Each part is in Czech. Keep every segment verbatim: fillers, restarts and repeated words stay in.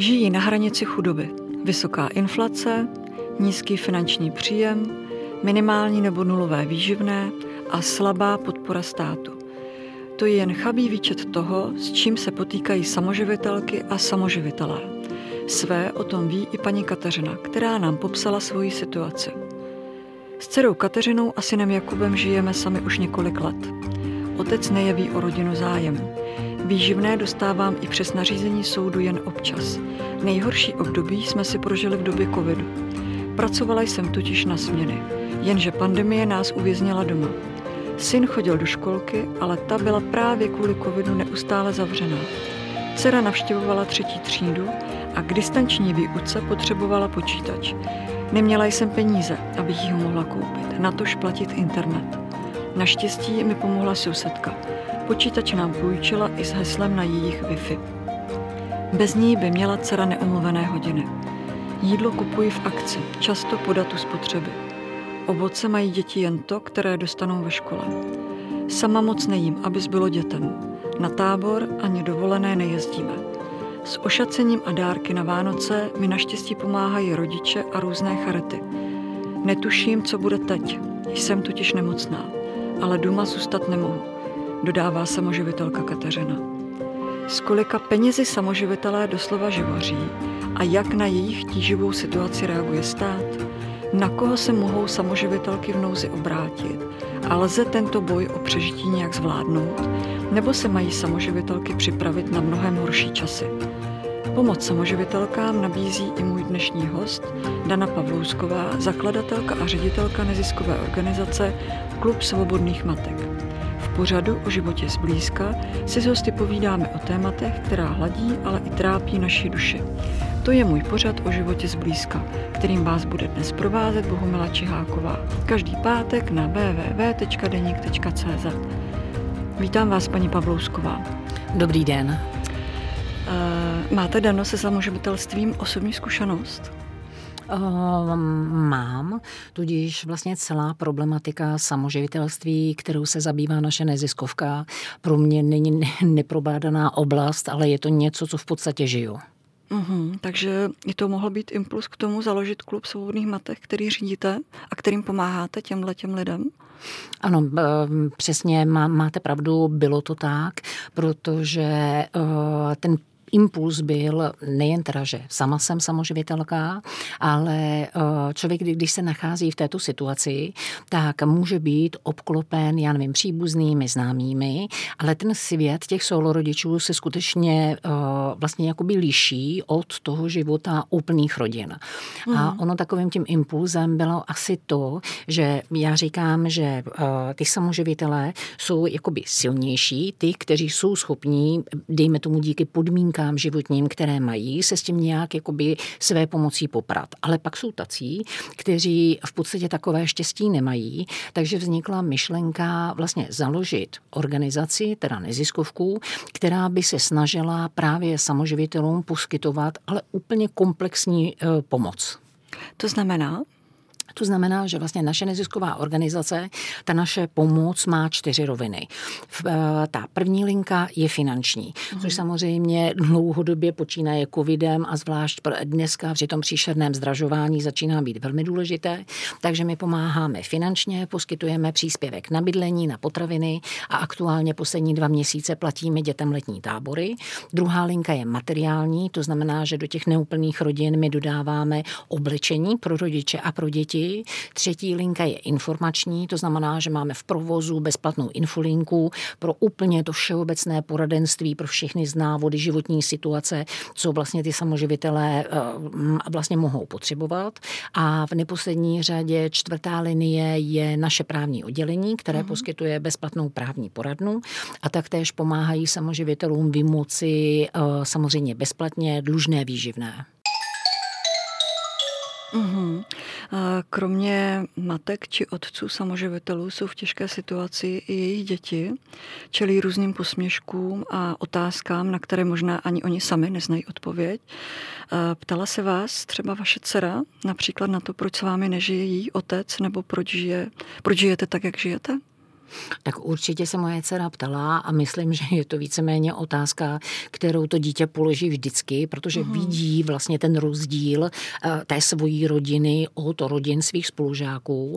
Žijí na hranici chudoby. Vysoká inflace, nízký finanční příjem, minimální nebo nulové výživné a slabá podpora státu. To je jen chabý výčet toho, s čím se potýkají samoživitelky a samoživitelé. Své o tom ví i paní Kateřina, která nám popsala svoji situaci. S dcerou Kateřinou a synem Jakubem žijeme sami už několik let. Otec nejeví o rodinu zájem. Výživné dostávám i přes nařízení soudu jen občas. Nejhorší období jsme si prožili v době covidu. Pracovala jsem totiž na směny, jenže pandemie nás uvěznila doma. Syn chodil do školky, ale ta byla právě kvůli covidu neustále zavřená. Dcera navštěvovala třetí třídu a k distanční výuce potřebovala počítač. Neměla jsem peníze, abych jí ho mohla koupit, natož platit internet. Naštěstí mi pomohla sousedka. Počítač nám půjčila i s heslem na jejich Wi-Fi. Bez ní by měla dcera neomluvené hodiny. Jídlo kupuji v akci, často po datu spotřeby. Ovoce mají děti jen to, které dostanou ve škole. Sama moc nejím, aby zbylo dětem. Na tábor ani dovolené nejezdíme. S ošacením a dárky na Vánoce mi naštěstí pomáhají rodiče a různé charity. Netuším, co bude teď. Jsem totiž nemocná, ale doma zůstat nemohu, dodává samoživitelka Kateřina. S kolika penězi samoživitelé doslova živoří a jak na jejich tíživou situaci reaguje stát? Na koho se mohou samoživitelky v nouzi obrátit a lze tento boj o přežití nějak zvládnout, nebo se mají samoživitelky připravit na mnohem horší časy? Pomoc samoživitelkám nabízí i můj dnešní host, Dana Pavlousková, zakladatelka a ředitelka neziskové organizace Klub svobodných matek. V pořadu o životě zblízka si s hosty povídáme o tématech, která hladí, ale i trápí naši duši. To je můj pořad o životě zblízka, kterým vás bude dnes provázet Bohumila Čiháková. Každý pátek na w w w tečka denik tečka c z. Vítám vás, paní Pavlousková. Dobrý den. Máte, Dano, se samoživitelstvím osobní zkušenost? Uh, mám, tudíž vlastně celá problematika samoživitelství, kterou se zabývá naše neziskovka, pro mě není neprobádaná oblast, ale je to něco, co v podstatě žiju. Uhum, takže i to mohl být impuls k tomu založit klub svobodných matek, který řídíte a kterým pomáháte těmhle těm lidem? Ano, přesně máte pravdu, bylo to tak, protože uh, ten impuls byl nejen teda, že sama jsem samoživitelka, ale člověk, když se nachází v této situaci, tak může být obklopen, já nevím, příbuznými, známými, ale ten svět těch sourodičů se skutečně vlastně jakoby liší od toho života úplných rodin. Mm. A ono takovým tím impulzem bylo asi to, že já říkám, že ty samoživitelé jsou jakoby silnější, ty, kteří jsou schopní, dejme tomu díky podmínkám životním, které mají, se s tím nějak jakoby své pomocí poprat. Ale pak jsou tací, kteří v podstatě takové štěstí nemají, takže vznikla myšlenka vlastně založit organizaci, teda neziskovku, která by se snažila právě samoživitelům poskytovat, ale úplně komplexní e, pomoc. To znamená? To znamená, že vlastně naše nezisková organizace, ta naše pomoc má čtyři roviny. Ta první linka je finanční, mm. což samozřejmě dlouhodobě počínaje covidem a zvlášť dneska při tom příšerném zdražování začíná být velmi důležité. Takže my pomáháme finančně, poskytujeme příspěvek na bydlení, na potraviny a aktuálně poslední dva měsíce platíme dětem letní tábory. Druhá linka je materiální, to znamená, že do těch neúplných rodin my dodáváme oblečení pro rodiče a pro děti. Třetí linka je informační, to znamená, že máme v provozu bezplatnou infolinku pro úplně to všeobecné poradenství pro všechny znávody, životní situace, co vlastně ty samoživitelé vlastně mohou potřebovat. A v neposlední řadě čtvrtá linie je naše právní oddělení, které mm. poskytuje bezplatnou právní poradnu a taktéž pomáhají samoživitelům vymoci samozřejmě bezplatně dlužné výživné. Uhum. Kromě matek či otců samoživitelů jsou v těžké situaci i jejich děti, čelí různým posměškům a otázkám, na které možná ani oni sami neznají odpověď. Ptala se vás třeba vaše dcera například na to, proč s vámi nežije její otec, nebo proč, žije, proč žijete tak, jak žijete? Tak určitě se moje dcera ptala a myslím, že je to víceméně otázka, kterou to dítě položí vždycky, protože uh-huh. vidí vlastně ten rozdíl té svojí rodiny od rodin svých spolužáků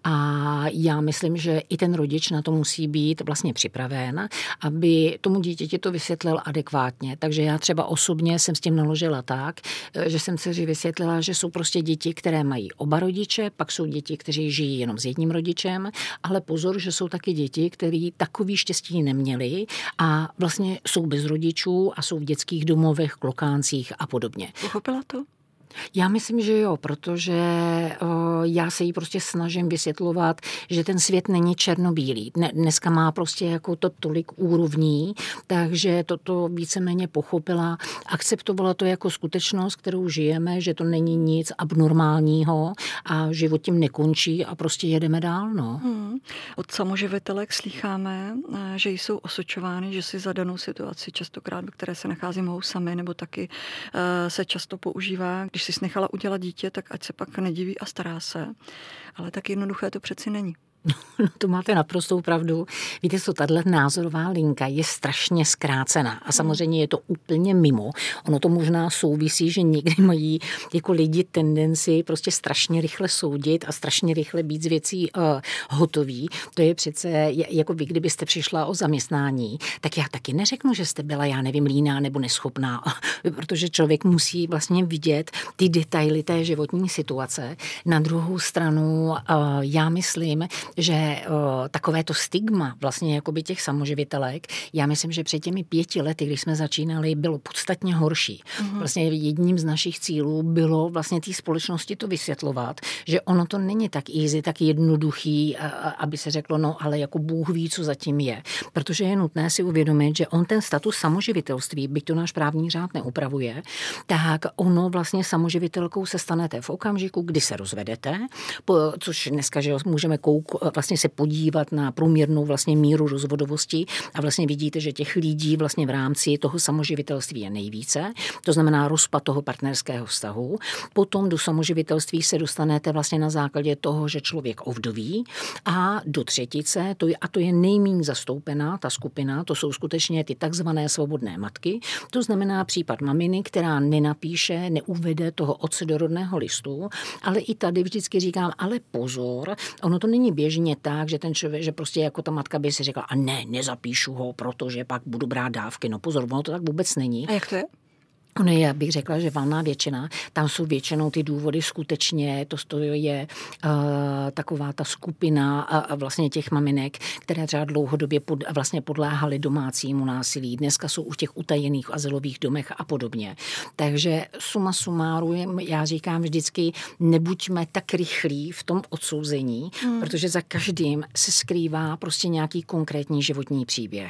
a já myslím, že i ten rodič na to musí být vlastně připraven, aby tomu dítěti to vysvětlil adekvátně. Takže já třeba osobně jsem s tím naložila tak, že jsem dceři vysvětlila, že jsou prostě děti, které mají oba rodiče, pak jsou děti, kteří žijí jenom s jedním rodičem, ale pozor, že jsou taky děti, který takový štěstí neměli a vlastně jsou bez rodičů a jsou v dětských domovech, klokáncích a podobně. Pochopila to? Já myslím, že jo, protože uh, já se jí prostě snažím vysvětlovat, že ten svět není černobílý. Ne, dneska má prostě jako to tolik úrovní, takže toto víceméně pochopila, akceptovala to jako skutečnost, kterou žijeme, že to není nic abnormálního a život tím nekončí a prostě jedeme dál, no. Hmm. Od samoživitelek slýcháme, že jsou osočovány, že si za danou situaci častokrát, ve které se nachází, mohou sami, nebo taky uh, se často používá, když jsi nechala udělat dítě, tak ať se pak nediví a stará se. Ale tak jednoduché to přeci není. No, to máte naprostou pravdu. Víte co, tahle názorová linka je strašně zkrácená a samozřejmě je to úplně mimo. Ono to možná souvisí, že někdy mají jako lidi tendenci prostě strašně rychle soudit a strašně rychle být z věcí uh, hotový. To je přece, jako vy, kdybyste přišla o zaměstnání, tak já taky neřeknu, že jste byla, já nevím, líná nebo neschopná, protože člověk musí vlastně vidět ty detaily té životní situace. Na druhou stranu uh, já myslím, že o, takové to stigma vlastně jakoby těch samoživitelek, já myslím, že před těmi pěti lety, když jsme začínali, bylo podstatně horší. Mm-hmm. Vlastně jedním z našich cílů bylo vlastně té společnosti to vysvětlovat, že ono to není tak easy, tak jednoduchý, a, a, aby se řeklo, no ale jako Bůh ví, co zatím je. Protože je nutné si uvědomit, že on ten status samoživitelství, byť to náš právní řád neupravuje, tak ono vlastně samoživitelkou se stanete v okamžiku, kdy se rozvedete, po, což dneska, že můžeme kouk vlastně se podívat na průměrnou vlastně míru rozvodovosti a vlastně vidíte, že těch lidí vlastně v rámci toho samoživitelství je nejvíce, to znamená rozpad toho partnerského vztahu. Potom do samoživitelství se dostanete vlastně na základě toho, že člověk ovdoví a do třetice, to je, a to je nejméně zastoupená ta skupina, to jsou skutečně ty takzvané svobodné matky, to znamená případ maminy, která nenapíše, neuvede toho otce do rodného listu, ale i tady vždycky říkám, ale pozor, ono to není běžně tak, že ten člověk, že prostě jako ta matka by si řekla, a ne, nezapíšu ho, protože pak budu brát dávky. No pozor, ono to tak vůbec není. A jak to je? No, já bych řekla, že valná většina, tam jsou většinou ty důvody skutečně, to, to je uh, taková ta skupina a, a vlastně těch maminek, které třeba dlouhodobě pod, vlastně podléhaly domácímu násilí. Dneska jsou u těch utajených azylových domech a podobně. Takže suma sumárum, já říkám vždycky, nebuďme tak rychlí v tom odsouzení, hmm. protože za každým se skrývá prostě nějaký konkrétní životní příběh.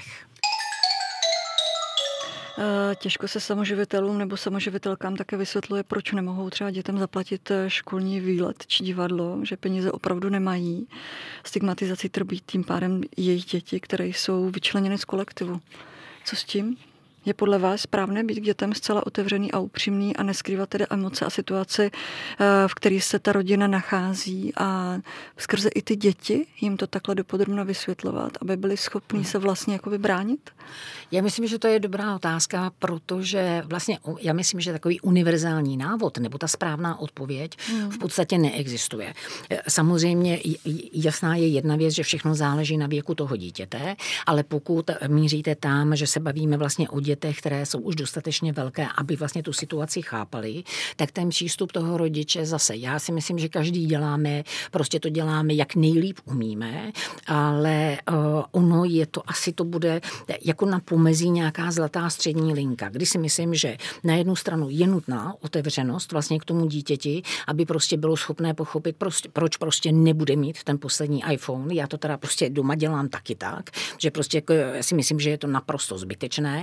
Těžko se samoživitelům nebo samoživitelkám také vysvětluje, proč nemohou třeba dětem zaplatit školní výlet či divadlo, že peníze opravdu nemají. Stigmatizací trpí tím pádem jejich děti, které jsou vyčleněny z kolektivu. Co s tím? Je podle vás správné být k dětem zcela otevřený a upřímný a neskrývat tedy emoce a situaci, v které se ta rodina nachází a skrze i ty děti jim to takhle dopodrobna vysvětlovat, aby byli schopní se vlastně jakoby bránit? Já myslím, že to je dobrá otázka, protože vlastně já myslím, že takový univerzální návod nebo ta správná odpověď hmm. v podstatě neexistuje. Samozřejmě jasná je jedna věc, že všechno záleží na věku toho dítěte, ale pokud míříte tam, že se bavíme vlastně o dětech, které jsou už dostatečně velké, aby vlastně tu situaci chápali, tak ten přístup toho rodiče zase, já si myslím, že každý děláme, prostě to děláme, jak nejlíp umíme, ale uh, ono je to, asi to bude jako na pomezí nějaká zlatá střední linka, kdy si myslím, že na jednu stranu je nutná otevřenost vlastně k tomu dítěti, aby prostě bylo schopné pochopit, prostě, proč prostě nebude mít ten poslední iPhone. Já to teda prostě doma dělám taky tak, že prostě si myslím, že je to naprosto zbytečné a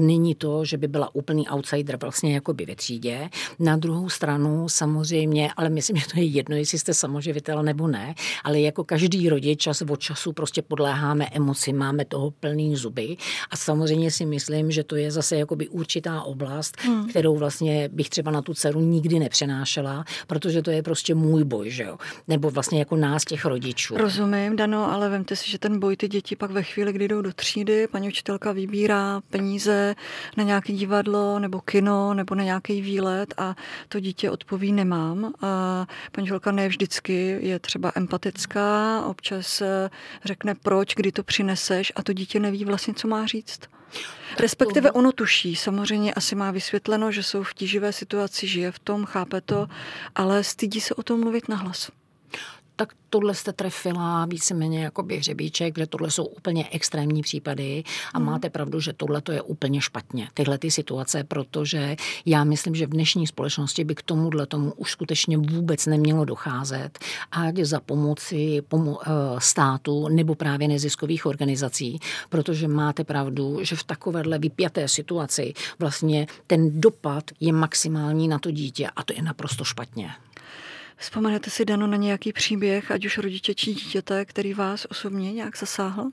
není to, že by byla úplný outsider vlastně jakoby ve třídě. Na druhou stranu samozřejmě, ale myslím, že to je jedno, jestli jste samoživitel nebo ne, ale jako každý rodič čas od času prostě podléháme emoci, máme toho plný zuby a samozřejmě si myslím, že to je zase jakoby určitá oblast, hmm. kterou vlastně bych třeba na tu dceru nikdy nepřenášela, protože to je prostě můj boj, že jo? Nebo vlastně jako nás těch rodičů. Rozumím, Dano, ale vemte si, že ten boj ty děti pak ve chvíli, kdy jdou do třídy, paní učitelka vybírá peníze na nějaké divadlo nebo kino nebo na nějaký výlet a to dítě odpoví nemám. A paní učitelka ne vždycky je třeba empatická, občas řekne proč, kdy to přineseš a to dítě neví vlastně, co má říct. Respektive ono tuší, samozřejmě asi má vysvětleno, že jsou v tíživé situaci, žije v tom, chápe to, ale stydí se o tom mluvit nahlas. Tak tohle jste trefila víceméně jako hřebíček, kde tohle jsou úplně extrémní případy a hmm. máte pravdu, že tohle to je úplně špatně. Tyhle ty situace, protože já myslím, že v dnešní společnosti by k tomuhle tomu už skutečně vůbec nemělo docházet, ať za pomoci pomo- státu nebo právě neziskových organizací, protože máte pravdu, že v takovéhle vypjaté situaci vlastně ten dopad je maximální na to dítě a to je naprosto špatně. Vzpomenete si, Dano, na nějaký příběh, ať už rodiče či dítěte, který vás osobně nějak zasáhl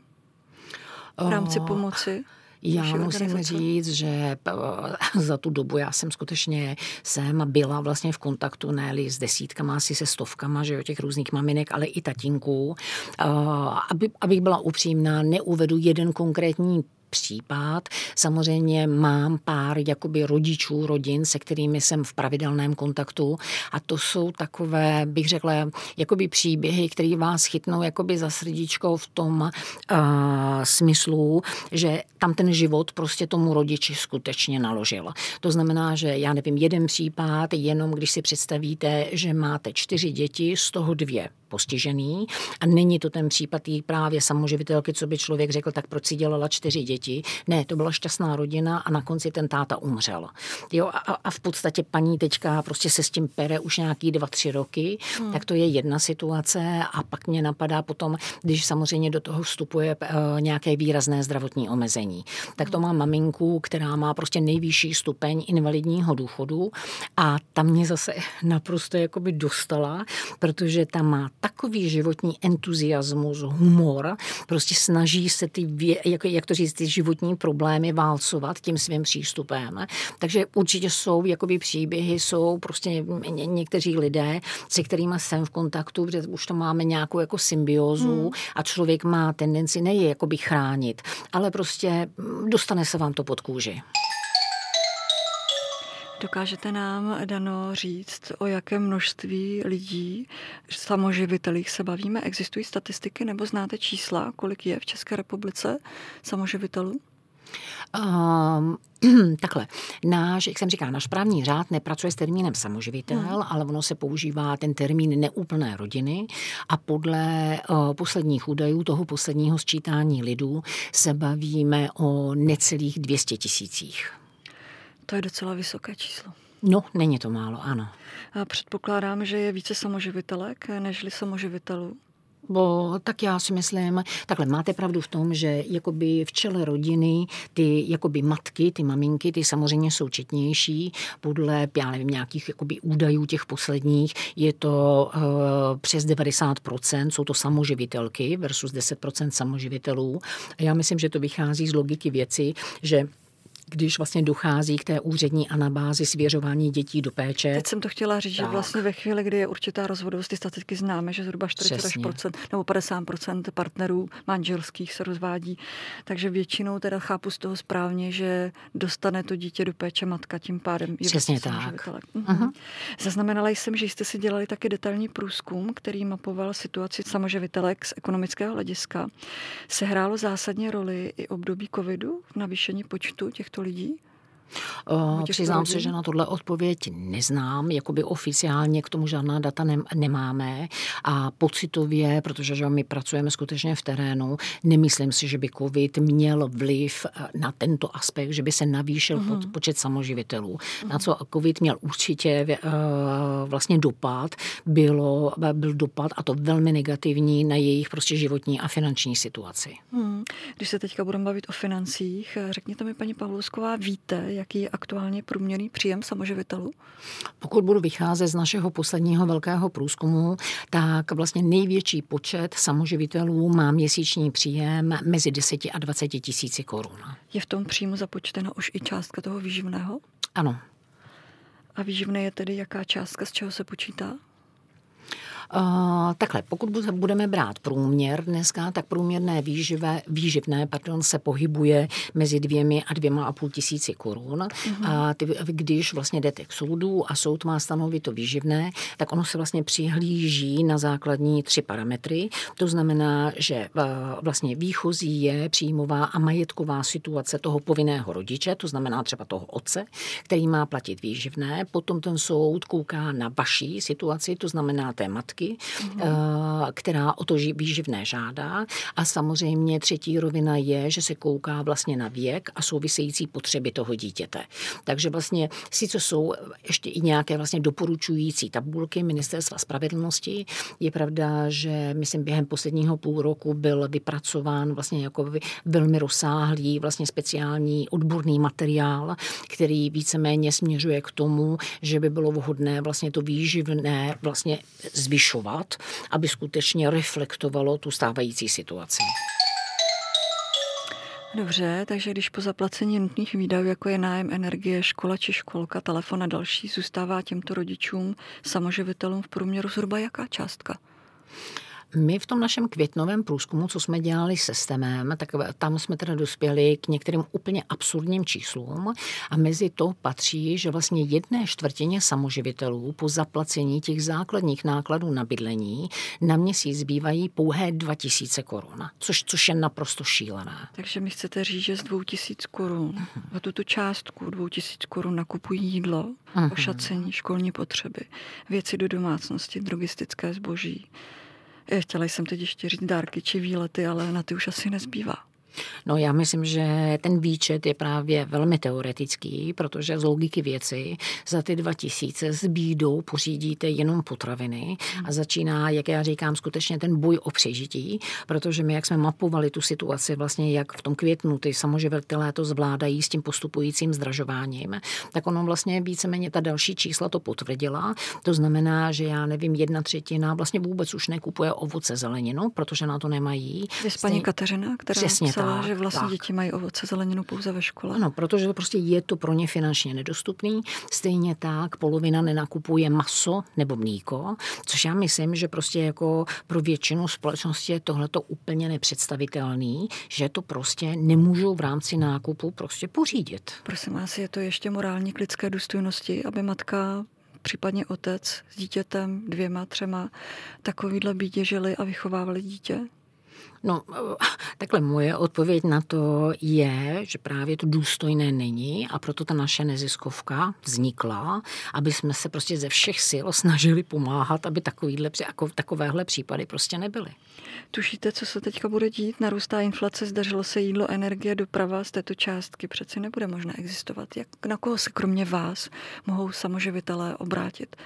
v rámci pomoci? Já musím říct, že za tu dobu já jsem skutečně jsem byla vlastně v kontaktu ne s desítkama, asi se stovkama, že jo, těch různých maminek, ale i tatínků. Aby, abych byla upřímná, neuvedu jeden konkrétní případ. Samozřejmě mám pár jakoby rodičů, rodin, se kterými jsem v pravidelném kontaktu a to jsou takové, bych řekla, jakoby příběhy, které vás chytnou jakoby za srdíčko v tom uh, smyslu, že tam ten život prostě tomu rodiči skutečně naložil. To znamená, že já nevím, jeden případ, jenom když si představíte, že máte čtyři děti, z toho dvě postižený a není to ten případ tý právě samoživitelky, co by člověk řekl, tak proč si dělala čtyři děti. Ne, to byla šťastná rodina a na konci ten táta umřel. Jo, a, a v podstatě paní teďka prostě se s tím pere už nějaký dva, tři roky, hmm. tak to je jedna situace a pak mě napadá potom, když samozřejmě do toho vstupuje uh, nějaké výrazné zdravotní omezení. Tak to má maminku, která má prostě nejvyšší stupeň invalidního důchodu a ta mě zase naprosto jakoby dostala, protože ta má takový životní entuziasmus, humor, prostě snaží se ty, jak, jak to říct, ty životní problémy válcovat tím svým přístupem. Takže určitě jsou jakoby příběhy, jsou prostě ně, někteří lidé, se kterými jsem v kontaktu, protože už to máme nějakou jako symbiózu hmm. a člověk má tendenci neje jakoby chránit, ale prostě dostane se vám to pod kůži. Dokážete nám, Dano, říct, o jaké množství lidí, samoživitelích se bavíme? Existují statistiky nebo znáte čísla, kolik je v České republice samoživitelů? Um, takhle, náš, jak jsem říkala, náš právní řád nepracuje s termínem samoživitel, hmm. ale ono se používá ten termín neúplné rodiny a podle uh, posledních údajů toho posledního sčítání lidů se bavíme o necelých dvě stě tisících. To je docela vysoké číslo. No, není to málo, ano. A předpokládám, že je více samoživitelek nežli samoživitelů. Bo, tak já si myslím, takhle máte pravdu v tom, že jakoby v čele rodiny ty jakoby matky, ty maminky, ty samozřejmě jsou četnější. Podle, já nevím, nějakých jakoby údajů těch posledních je to uh, přes devadesát procent, jsou to samoživitelky versus deset procent samoživitelů. A já myslím, že to vychází z logiky věci, že když vlastně dochází k té úřední anabázi svěřování dětí do péče. Teď jsem to chtěla říct, tak. Že vlastně ve chvíli, kdy je určitá rozvodovost, ty statistiky známe, že zhruba čtyřicet procent nebo padesát procent partnerů manželských se rozvádí. Takže většinou teda chápu z toho správně, že dostane to dítě do péče matka, tím pádem je přesně tak. Mhm. Uh-huh. Zaznamenala jsem, že jste si dělali taky detailní průzkum, který mapoval situaci samoživitelek z ekonomického hlediska. Sehrálo zásadně roli i období covidu v navýšení počtu těchto lidí? Uh, přiznám se, že na tohle odpověď neznám, jakoby oficiálně k tomu žádná data ne- nemáme a pocitově, protože že my pracujeme skutečně v terénu, nemyslím si, že by covid měl vliv na tento aspekt, že by se navýšil uh-huh. pod, počet samoživitelů. Uh-huh. Na co covid měl určitě uh, vlastně dopad, bylo, byl dopad a to velmi negativní na jejich prostě životní a finanční situaci. Hmm. Když se teďka budeme bavit o financích, řekněte mi, paní Pavlousková, víte, jaký je aktuálně průměrný příjem samoživitelů? Pokud budu vycházet z našeho posledního velkého průzkumu, tak vlastně největší počet samoživitelů má měsíční příjem mezi deset a dvacet tisíci korun. Je v tom příjmu započtena už i částka toho výživného? Ano. A výživné je tedy jaká částka, z čeho se počítá? Uh, takhle, pokud budeme brát průměr dneska, tak průměrné výživé, výživné pardon, se pohybuje mezi dvěmi a dvěma a půl tisíci korun. Uh-huh. A ty, když vlastně jdete k soudu a soud má stanovit to výživné, tak ono se vlastně přihlíží na základní tři parametry. To znamená, že uh, vlastně výchozí je příjmová a majetková situace toho povinného rodiče, to znamená třeba toho otce, který má platit výživné. Potom ten soud kouká na vaší situaci, to znamená té matky, Uhum. která o to výživné žádá. A samozřejmě třetí rovina je, že se kouká vlastně na věk a související potřeby toho dítěte. Takže vlastně sice jsou ještě i nějaké vlastně doporučující tabulky Ministerstva spravedlnosti. Je pravda, že myslím během posledního půl roku byl vypracován vlastně jako velmi rozsáhlý vlastně speciální odborný materiál, který víceméně směřuje k tomu, že by bylo vhodné vlastně to výživné vlastně zvyšovat, aby skutečně reflektovalo tu stávající situaci. Dobře, takže když po zaplacení nutných výdajů, jako je nájem, energie, škola či školka, telefon a další, zůstává těmto rodičům, samoživitelům v průměru zhruba jaká částka? My v tom našem květnovém průzkumu, co jsme dělali se systémem, tak tam jsme teda dospěli k některým úplně absurdním číslům a mezi to patří, že vlastně jedné čtvrtině samoživitelů po zaplacení těch základních nákladů na bydlení na měsíc zbývají pouhé dva tisíce korun, což, což je naprosto šílené. Takže mi chcete říct, že z dvou tisíc korun uh-huh. o tuto částku dvou tisíc korun nakupují jídlo, uh-huh. ošacení, školní potřeby, věci do domácnosti, drogistické zboží. Chtěla jsem teď ještě říct dárky či výlety, ale na ty už asi nezbývá. No já myslím, že ten výčet je právě velmi teoretický, protože z logiky věci za ty dva tisíce s bídou pořídíte jenom potraviny a začíná, jak já říkám, skutečně ten boj o přežití, protože my, jak jsme mapovali tu situaci vlastně, jak v tom květnu ty samoživitelé to zvládají s tím postupujícím zdražováním, tak ono vlastně víceméně ta další čísla to potvrdila. To znamená, že já nevím, jedna třetina vlastně vůbec už nekupuje ovoce, zeleninu, protože na to nemají. Vy s paní Kateřina, která Přesně psala, tak, že vlastně tak. děti mají ovoce, zeleninu pouze ve škole. Ano, protože to prostě je to pro ně finančně nedostupný. Stejně tak polovina nenakupuje maso nebo mlíko, což já myslím, že prostě jako pro většinu společnosti je tohleto úplně nepředstavitelný, že to prostě nemůžou v rámci nákupu prostě pořídit. Prosím vás, je to ještě morální k lidské důstojnosti, aby matka, případně otec s dítětem, dvěma, třema, takovýhle bídě žili a vychovávali dítě? No, takhle moje odpověď na to je, že právě to důstojné není a proto ta naše neziskovka vznikla, aby jsme se prostě ze všech sil snažili pomáhat, aby takovýhle, jako takovéhle případy prostě nebyly. Tušíte, co se teďka bude dít? Narůstá inflace, zdařilo se jídlo, energie, doprava, z této částky přeci nebude možné existovat. Jak, na koho se kromě vás mohou samoživitelé obrátit?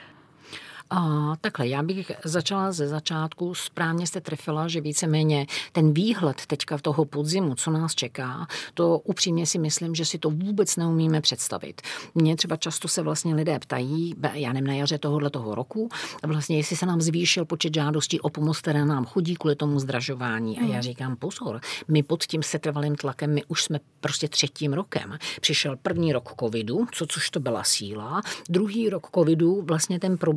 A takhle, já bych začala ze začátku, správně jste trefila, že víceméně ten výhled teďka v toho podzimu, co nás čeká, to upřímně si myslím, že si to vůbec neumíme představit. Mně třeba často se vlastně lidé ptají, já nevím, na jaře tohoto roku, vlastně jestli se nám zvýšil počet žádostí o pomoc, které nám chodí kvůli tomu zdražování. A já říkám, pozor, my pod tím setrvalým tlakem, my už jsme prostě třetím rokem. Přišel první rok covidu, co, což to byla síla, druhý rok covidu vlastně ten problém pro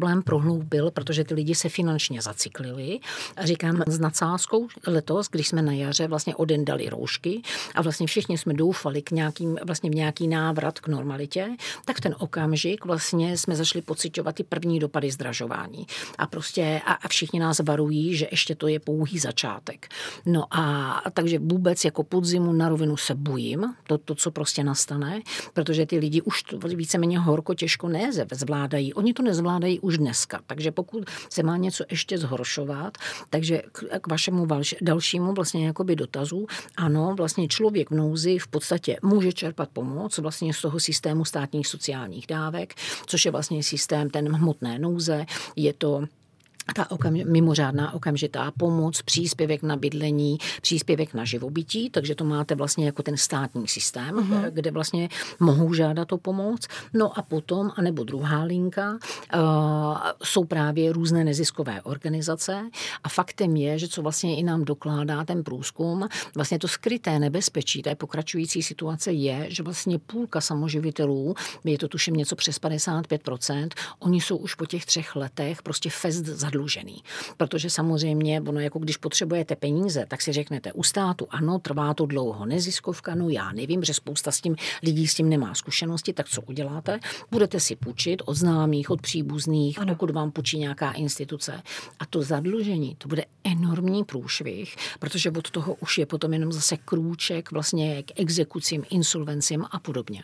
prohloubil, protože ty lidi se finančně zacyklili. A říkám, s nadsázkou letos, když jsme na jaře vlastně odendali roušky a vlastně všichni jsme doufali k nějakým, vlastně v nějaký návrat k normalitě, tak v ten okamžik vlastně jsme zašli pociťovat ty první dopady zdražování. A prostě a, a všichni nás varují, že ještě to je pouhý začátek. No a takže vůbec jako podzimu na rovinu se bojím, to, to co prostě nastane, protože ty lidi už to víceméně horko těžko nezvládají. Oni to nezvládají už dneska. Takže pokud se má něco ještě zhoršovat, takže k, k vašemu dalšímu vlastně jakoby dotazu, ano, vlastně člověk v nouzi v podstatě může čerpat pomoc vlastně z toho systému státních sociálních dávek, což je vlastně systém ten hmotné nouze, je to ta okam- mimořádná okamžitá pomoc, příspěvek na bydlení, příspěvek na živobytí, takže to máte vlastně jako ten státní systém, uh-huh. kde vlastně mohou žádat o pomoc. No a potom, anebo druhá linka, uh, jsou právě různé neziskové organizace a faktem je, že co vlastně i nám dokládá ten průzkum, vlastně to skryté nebezpečí té pokračující situace je, že vlastně půlka samoživitelů, je to tuším něco přes padesát pět procent, oni jsou už po těch třech letech prostě fest zadlužený. Protože samozřejmě, ono jako když potřebujete peníze, tak si řeknete u státu, ano, trvá to dlouho, neziskovka, no já nevím, že spousta s tím lidí s tím nemá zkušenosti, tak co uděláte? Budete si půjčit od známých, od příbuzných, ano. Pokud vám půjčí nějaká instituce. A to zadlužení, to bude enormní průšvih, protože od toho už je potom jenom zase krůček vlastně k exekucím, insolvencím a podobně.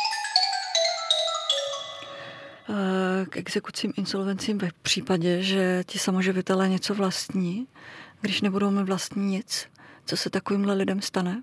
K exekucím, insolvencím v případě, že ti samoživitelé něco vlastní, když nebudou mít vlastní nic, co se takovýmhle lidem stane?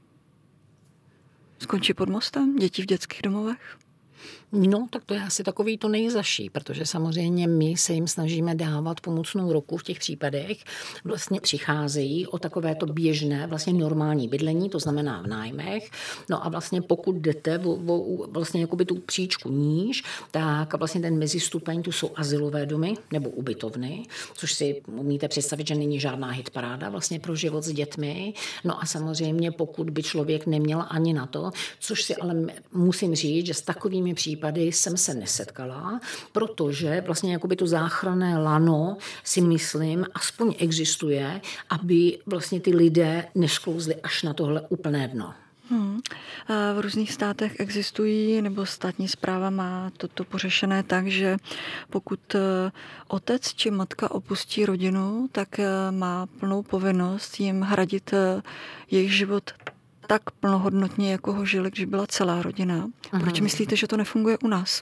Skončí pod mostem? Děti v dětských domovech? No, tak to je asi takový to nejzaší, protože samozřejmě my se jim snažíme dávat pomocnou ruku v těch případech. Vlastně přicházejí o takovéto běžné, vlastně normální bydlení, to znamená v nájmech. No a vlastně pokud jdete o, o, vlastně jakoby tu příčku níž, tak vlastně ten mezistupeň, tu jsou azylové domy nebo ubytovny, což si umíte představit, že není žádná hitparáda vlastně pro život s dětmi. No a samozřejmě pokud by člověk neměl ani na to, což si ale musím říct, že s takovými případy jsem se nesetkala, protože vlastně jakoby to záchranné lano si myslím, aspoň existuje, aby vlastně ty lidé nesklouzli až na tohle úplné dno. Hmm. V různých státech existují, nebo státní správa má toto pořešené tak, že pokud otec či matka opustí rodinu, tak má plnou povinnost jim hradit jejich život tak plnohodnotně, jako ho žili, když byla celá rodina. Aha. Proč myslíte, že to nefunguje u nás?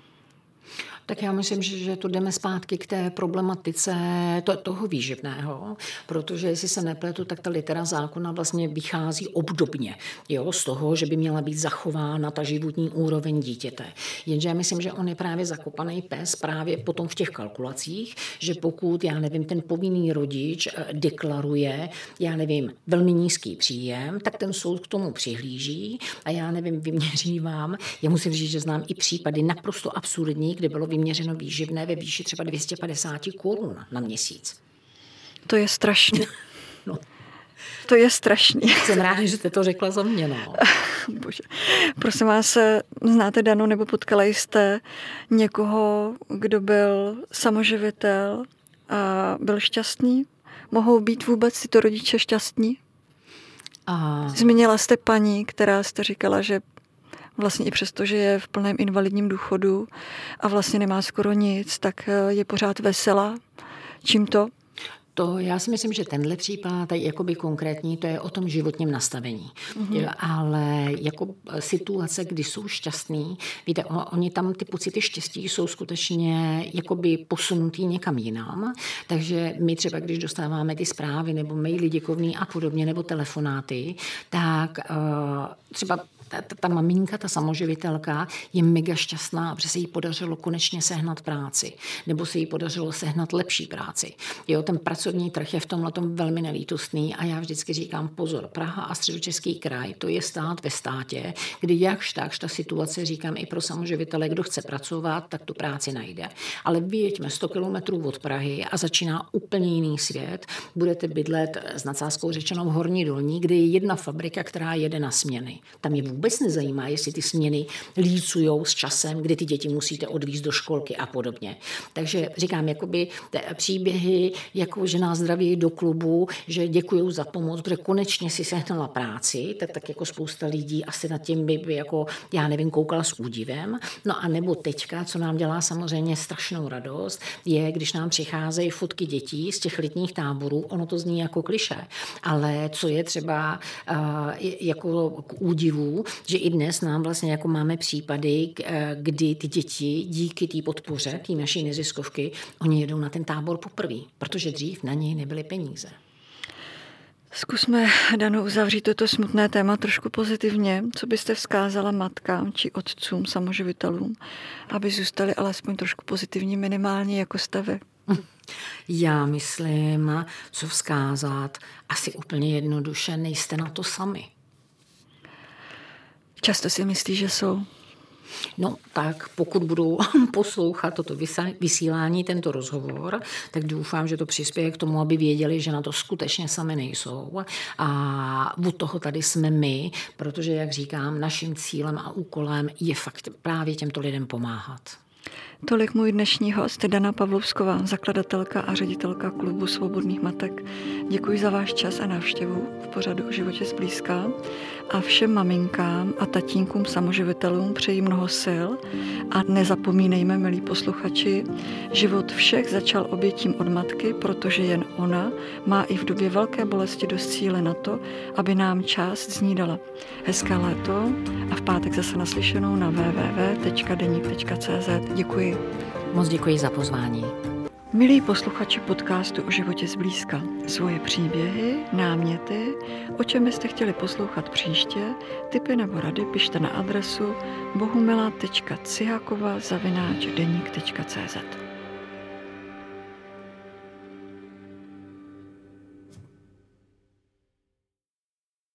Tak já myslím, že, že to jdeme zpátky k té problematice to, toho výživného, protože jestli se nepletu, tak ta litera zákona vlastně vychází obdobně, jo, z toho, že by měla být zachována ta životní úroveň dítěte. Jenže já myslím, že on je právě zakopaný pes právě potom v těch kalkulacích, že pokud, já nevím, ten povinný rodič deklaruje, já nevím, velmi nízký příjem, tak ten soud k tomu přihlíží a já nevím, vyměří vám. Já musím říct, že znám i případy naprosto absurdní, kde bylo vyměřeno výživné ve výši třeba dvě stě padesát korun na měsíc. To je strašné. No. To je strašný. Jsem ráda, že jste to řekla za mě, no. Bože. Prosím vás, znáte Danu nebo potkali jste někoho, kdo byl samoživitel a byl šťastný? Mohou být vůbec tyto rodiče šťastní? A... Zmínila jste paní, která jste říkala, že vlastně i přesto, že je v plném invalidním důchodu a vlastně nemá skoro nic, tak je pořád veselá. Čím to? To já si myslím, že tenhle případ je jakoby konkrétní, to je o tom životním nastavení. Mm-hmm. Ale jako situace, kdy jsou šťastní, víte, oni tam ty pocity štěstí jsou skutečně jakoby posunutý někam jinam, takže my třeba, když dostáváme ty zprávy nebo maily děkovný a podobně, nebo telefonáty, tak uh, třeba Ta, ta, ta maminka, ta samoživitelka je mega šťastná, protože se jí podařilo konečně sehnat práci, nebo se jí podařilo sehnat lepší práci. Jo, ten pracovní trh je v tomhletom velmi nelítostný a já vždycky říkám pozor, Praha a Středočeský kraj, to je stát ve státě, kdy jakž takž ta situace, říkám i pro samoživitele, kdo chce pracovat, tak tu práci najde. Ale vyjeďme sto kilometrů od Prahy a začíná úplně jiný svět. Budete bydlet s nadsázkou řečenou v Horní Dolní, kde je jedna fabrika, která jede na směny. Tam je vůbec nezajímá, jestli ty směny lícujou s časem, kdy ty děti musíte odvízt do školky a podobně. Takže říkám, jakoby příběhy, jako že nás zdraví do klubu, že děkuju za pomoc, protože konečně si sehnala práci, tak, tak jako spousta lidí asi nad tím by, by jako, já nevím, koukala s údivem. No a nebo teďka, co nám dělá samozřejmě strašnou radost, je, když nám přicházejí fotky dětí z těch letních táborů, ono to zní jako klišé, ale co je třeba uh, jako k údivu, že i dnes nám vlastně jako máme případy, kdy ty děti díky té podpoře, té naší neziskovky, oni jedou na ten tábor poprvé, protože dřív na něj nebyly peníze. Zkusme, Dano, uzavřít toto smutné téma trošku pozitivně. Co byste vzkázala matkám či otcům samoživitelům, aby zůstali alespoň trošku pozitivní, minimálně jako stavy? Já myslím, co vzkázat, asi úplně jednoduše, nejste na to sami. Často si myslí, že jsou. No tak pokud budou poslouchat toto vysílání, tento rozhovor, tak doufám, že to přispěje k tomu, aby věděli, že na to skutečně sami nejsou. A od toho tady jsme my, protože, jak říkám, naším cílem a úkolem je fakt právě těmto lidem pomáhat. Tolik můj dnešní host, Dana Pavlovsková, zakladatelka a ředitelka klubu Svobodných matek. Děkuji za váš čas a návštěvu v pořadu O životě zblízka a všem maminkám a tatínkům samoživitelům přeji mnoho sil a nezapomínejme, milí posluchači, život všech začal obětím od matky, protože jen ona má i v době velké bolesti dost síly na to, aby nám část z ní dala. Hezké léto a v pátek zase naslyšenou na w w w tečka deník tečka c z. Děkuji. Moc děkuji za pozvání. Milí posluchači podcastu O životě zblízka, svoje příběhy, náměty, o čem byste chtěli poslouchat příště, tipy nebo rady pište na adresu bohumila tečka cihakova zavináč deník tečka c z.